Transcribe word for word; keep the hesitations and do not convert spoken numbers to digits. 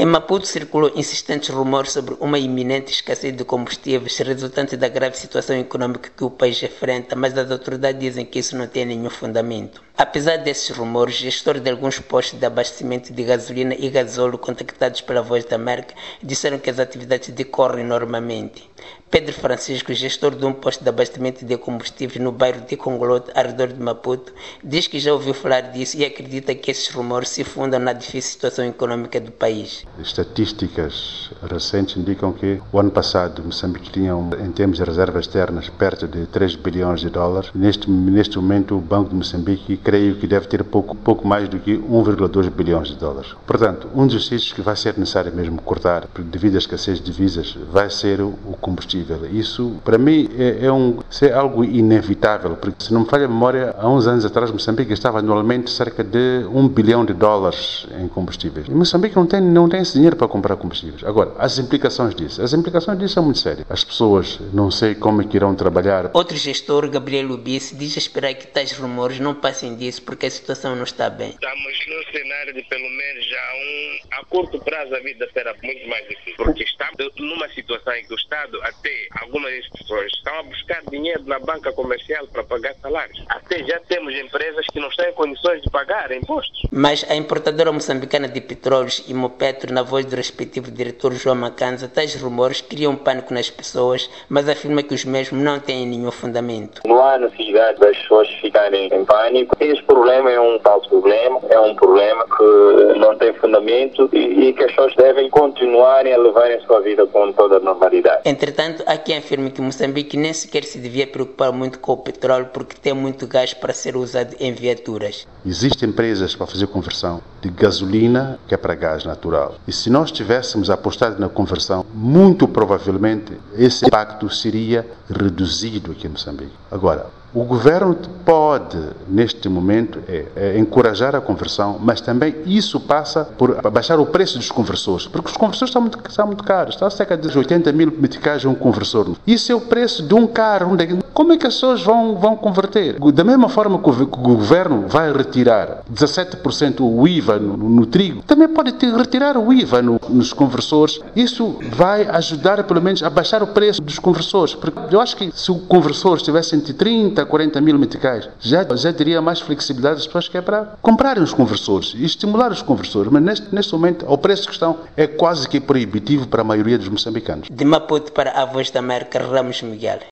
Maputo circulam insistentes rumores sobre uma iminente escassez de combustíveis resultante da grave situação econômica que o país enfrenta, mas as autoridades dizem que isso não tem nenhum fundamento. Apesar desses rumores, gestores de alguns postos de abastecimento de gasolina e gasóleo contactados pela Voz da América disseram que as atividades decorrem normalmente. Pedro Francisco, gestor de um posto de abastecimento de combustíveis no bairro de Congolote, ao redor de Maputo, diz que já ouviu falar disso e acredita que esses rumores se fundam na difícil situação econômica do país. Estatísticas recentes indicam que o ano passado Moçambique tinha, em termos de reservas externas, perto de três bilhões de dólares. Neste, neste momento, o Banco de Moçambique, creio que deve ter pouco, pouco mais do que um vírgula dois bilhões de dólares. Portanto, um dos sítios que vai ser necessário mesmo cortar, devido à escassez de divisas, vai ser o combustível. Isso, para mim, é, é, um, é algo inevitável, porque, se não me falha a memória, há uns anos atrás, Moçambique estava anualmente cerca de um bilhão de dólares em combustíveis. E Moçambique não tem, não tem esse dinheiro para comprar combustíveis. Agora, as implicações disso, as implicações disso são muito sérias. As pessoas não sei como é que irão trabalhar. Outro gestor, Gabriel Lubice, diz esperar que tais rumores não passem disso, porque a situação não está bem. Estamos num cenário de, pelo menos, já um, a curto prazo a vida será muito mais difícil, porque estamos numa situação em que o Estado, até algumas instituições, estão a buscar dinheiro na banca comercial para pagar salários. Até já temos empresas que não estão em condições de pagar impostos. Mas a importadora moçambicana de petróleos, Imopetro, na voz do respectivo diretor João Macanza, tais rumores criam pânico nas pessoas, mas afirma que os mesmos não têm nenhum fundamento. Não há necessidade das pessoas ficarem em pânico. Esse problema é um falso problema, é um problema que não tem fundamento e, e que as pessoas devem continuarem a levar a sua vida com toda a normalidade. Entretanto, há quem afirme que Moçambique nem sequer se devia preocupar muito com o petróleo porque tem muito gás para ser usado em viaturas. Existem empresas para fazer conversão de gasolina que é para gás natural. E se nós tivéssemos apostado na conversão, muito provavelmente esse impacto seria reduzido aqui em Moçambique. Agora, o governo pode, neste momento, é, é, encorajar a conversão, mas também isso passa por baixar o preço dos conversores, porque os conversores estão muito, estão muito caros, está cerca de oitenta mil meticais um conversor. Isso é o preço de um carro. Como é que as pessoas vão, vão converter? Da mesma forma que o, que o governo vai retirar dezassete por cento o I V A no, no trigo, também pode ter, retirar o I V A no, nos conversores. Isso vai ajudar, pelo menos, a baixar o preço dos conversores, porque eu acho que se o conversor estivesse entre trinta a quarenta mil meticais, já, já teria mais flexibilidade das pessoas que é para comprarem os conversores e estimular os conversores, mas neste, neste momento o preço que estão é quase que proibitivo para a maioria dos moçambicanos. De Maputo para a Voz da América, Ramos Miguel.